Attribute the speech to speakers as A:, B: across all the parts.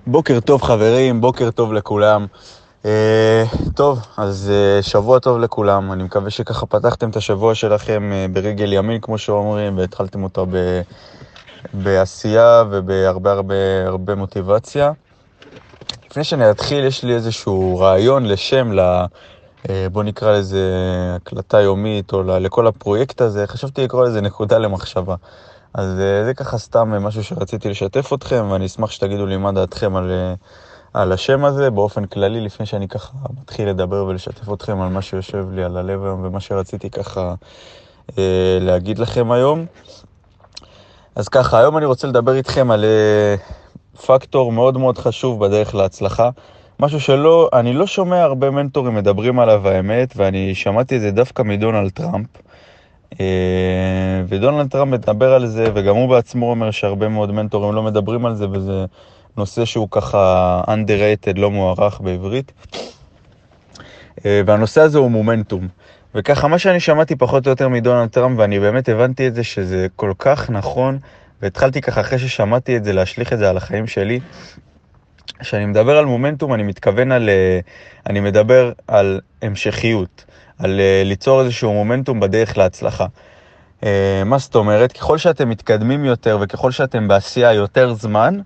A: בוקר טוב חברים, בוקר טוב לכולם. טוב, אז שבוע טוב לכולם. אני מקווה שככה פתחתם את השבוע שלכם ברגל ימין, כמו שאומרים, והתחלתם אותו בעשייה ובהרבה הרבה מוטיבציה. לפני שאני אתחיל, יש לי איזשהו רעיון לשם בוא נקרא לזה הקלטה יומית, או לכל הפרויקט הזה. חשבתי לקרוא לזה נקודה למחשבה. אז זה ככה סתם משהו שרציתי לשתף אתכם, ואני אשמח שתגידו לי מה דעתכם על השם הזה, באופן כללי, לפני שאני ככה מתחיל לדבר ולשתף אתכם על מה שיושב לי על הלב היום, ומה שרציתי ככה להגיד לכם היום. אז ככה, היום אני רוצה לדבר איתכם על פקטור מאוד מאוד חשוב בדרך להצלחה, משהו אני לא שומע הרבה מנטורים מדברים עליו האמת, ואני שמעתי את זה דווקא מדונלד טראמפ. ודונלד טראמפ מדבר על זה, וגם הוא בעצמו אומר שהרבה מאוד מנטורים לא מדברים על זה, וזה נושא שהוא ככה underrated, לא מוערך בעברית. והנושא הזה הוא מומנטום. וככה מה שאני שמעתי פחות או יותר מדונלד טראמפ, ואני באמת הבנתי את זה שזה כל כך נכון, והתחלתי ככה אחרי ששמעתי את זה להשליך את זה על החיים שלי. כשאני מדבר על מומנטום, אני מדבר על המשכיות, על ליצור איזשהו מומנטום בדרך להצלחה. מה זאת אומרת? ככל שאתם מתקדמים יותר וככל שאתם בעשייה יותר זמן,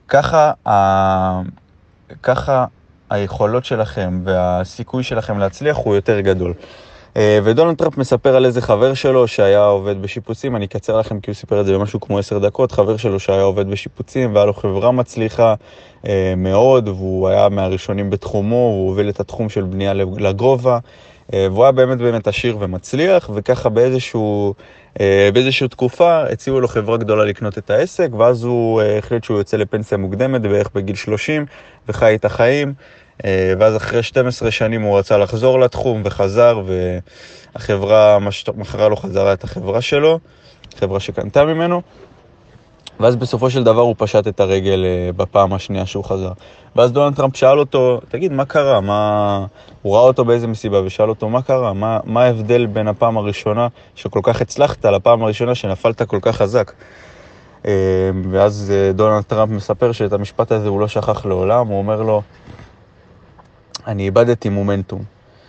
A: ככה היכולות שלכם והסיכוי שלכם להצליח הוא יותר גדול. ודונלד טראמפ מספר על איזה חבר שלו שהיה עובד בשיפוצים. אני אקצר לכם כי הוא סיפר את זה במשהו כמו 10 דקות. חבר שלו שהיה עובד בשיפוצים והיה לו חברה מצליחה מאוד, והוא היה מהראשונים בתחומו, הוא הוביל את התחום של בנייה לגובה, והוא היה באמת עשיר ומצליח, וככה באיזושהי תקופה הציעו לו חברה גדולה לקנות את העסק, ואז הוא החליט שהוא יוצא לפנסיה מוקדמת בערך בגיל 30 וחי את החיים. ואז אחרי 12 שנים הוא רצה לחזור לתחום וחזר, והחברה מכרה לו חזרה את החברה שלו, חברה שקנתה ממנו. ואז בסופו של דבר הוא פשט את הרגל בפעם השנייה שהוא חזר. ואז דונלד טראמפ שאל אותו, תגיד, מה קרה? הוא ראה אותו באיזה מסיבה ושאל אותו, מה קרה? מה ההבדל בין הפעם הראשונה שכל כך הצלחת לפעם הראשונה שנפלת כל כך חזק? ואז דונלד טראמפ מספר שאת המשפט הזה הוא לא שכח לעולם. הוא אומר לו, אני איבדתי מומנטום.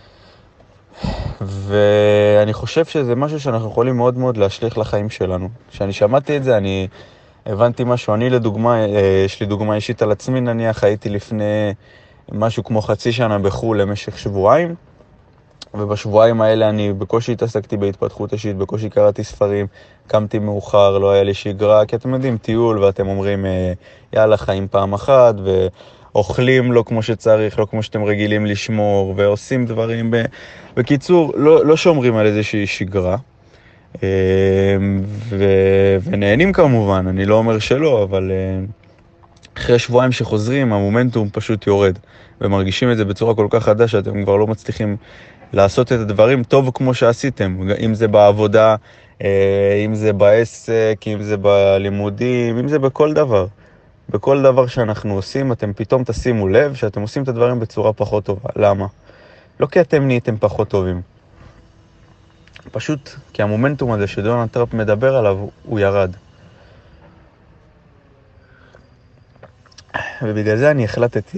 A: ואני חושב שזה משהו שאנחנו יכולים מאוד מאוד להשליך לחיים שלנו. כשאני שמעתי את זה, אני הבנתי משהו. אני לדוגמה, יש לי דוגמה אישית על עצמי, נניח, הייתי לפני משהו כמו חצי שנה בחו"ל למשך שבועיים, ובשבועיים האלה אני בקושי התעסקתי בהתפתחות אישית, בקושי קראתי ספרים, קמתי מאוחר, לא היה לי שגרה, כי אתם יודעים, טיול, ואתם אומרים, יאללה, חיים פעם אחת, ואוכלים לא כמו שצריך, לא כמו שאתם רגילים לשמור, ועושים דברים, בקיצור, לא שומרים על איזושהי שגרה. ונהנים כמובן, אני לא אומר שלא, אבל אחרי שבועיים שחוזרים, המומנטום פשוט יורד, ומרגישים את זה בצורה כל כך חדה, שאתם כבר לא מצליחים לעשות את הדברים טוב כמו שעשיתם, אם זה בעבודה, אם זה בעסק, אם זה בלימודים, אם זה בכל דבר. בכל דבר שאנחנו עושים, אתם פתאום תשימו לב שאתם עושים את הדברים בצורה פחות טובה. למה? לא כי אתם נהייתם פחות טובים. פשוט כי המומנטום הזה שדונלד טראמפ מדבר עליו, הוא ירד. ובגלל זה אני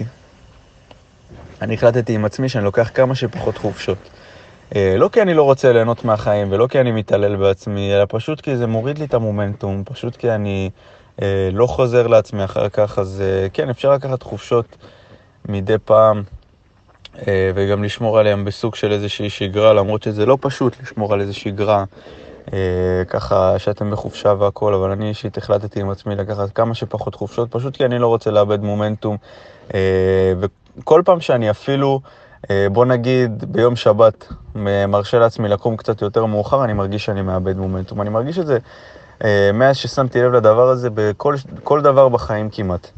A: החלטתי עם עצמי שאני לוקח כמה שפחות חופשות. לא כי אני לא רוצה ליהנות מהחיים, ולא כי אני מתעלל בעצמי, אלא פשוט כי זה מוריד לי את המומנטום, פשוט כי אני לא חוזר לעצמי אחר כך. אז כן, אפשר לקחת חופשות מדי פעם, וגם לשמור עליהם בסוג של איזושהי שגרה, למרות שזה לא פשוט לשמור על איזושהי שגרה, ככה שאתם בחופשה והכל, אבל אני אישית החלטתי עם עצמי לקחת כמה שפחות חופשות, פשוט כי אני לא רוצה לאבד מומנטום, וכל פעם שאני אפילו, בוא נגיד ביום שבת, מרשה לעצמי לקום קצת יותר מאוחר, אני מרגיש שאני מאבד מומנטום. אני מרגיש את זה מאז ששמתי לב לדבר הזה בכל דבר בחיים כמעט.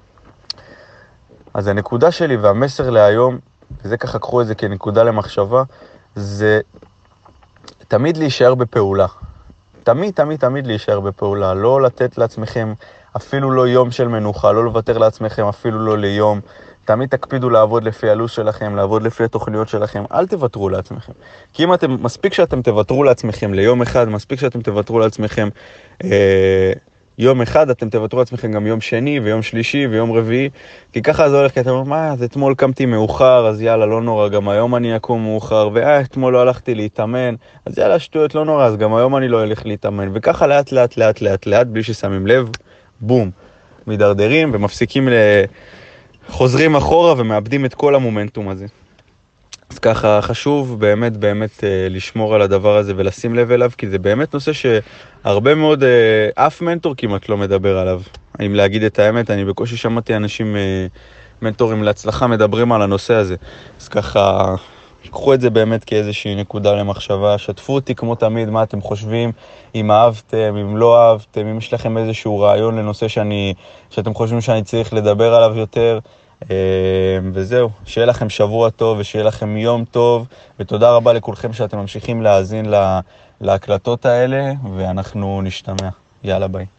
A: אז הנקודה שלי והמסר להיום, וזה ככה קחו את זה כנקודה למחשבה, זה תמיד להישאר בפעולה. תמיד להישאר בפעולה. לא לתת לעצמכם אפילו לא יום של מנוחה, לא לוותר לעצמכם אפילו לא ליום. תמיד תקפידו לעבוד לפי הלו"ז שלכם, לעבוד לפי התוכניות שלכם. אל תוותרו לעצמכם. כי אם מספיק שאתם תוותרו לעצמכם ליום אחד, מספיק שאתם תוותרו לעצמכם יום אחד, אתם תוותרו עצמכם גם יום שני ויום שלישי ויום רביעי, כי ככה זה הולך, כי אתם אומרים, אז אתמול קמתי מאוחר, אז יאללה, לא נורא, גם היום אני אקום מאוחר, אתמול לא הלכתי להתאמן, אז יאללה, שטויות, לא נורא, אז גם היום אני לא אלך להתאמן, וככה לאט לאט לאט לאט לאט, בלי ששמים לב, בום, מדרדרים ומפסיקים חוזרים אחורה ומאבדים את כל המומנטום הזה. אז ככה חשוב באמת באמת לשמור על הדבר הזה ולשים לב אליו, כי זה באמת נושא שהרבה מאוד, אף מנטור כמעט לא מדבר עליו. אם להגיד את האמת, אני בקושי שמעתי אנשים, מנטורים להצלחה מדברים על הנושא הזה. אז ככה, קחו את זה באמת כאיזושהי נקודה למחשבה, שתפו אותי כמו תמיד מה אתם חושבים, אם אהבתם, אם לא אהבתם, אם יש לכם איזשהו רעיון לנושא שאתם חושבים שאני צריך לדבר עליו יותר, וזהו, שיהיה לכם שבוע טוב ושיהיה לכם יום טוב, ותודה רבה לכולכם שאתם ממשיכים להאזין להקלטות האלה, ואנחנו נשתמע. יאללה ביי.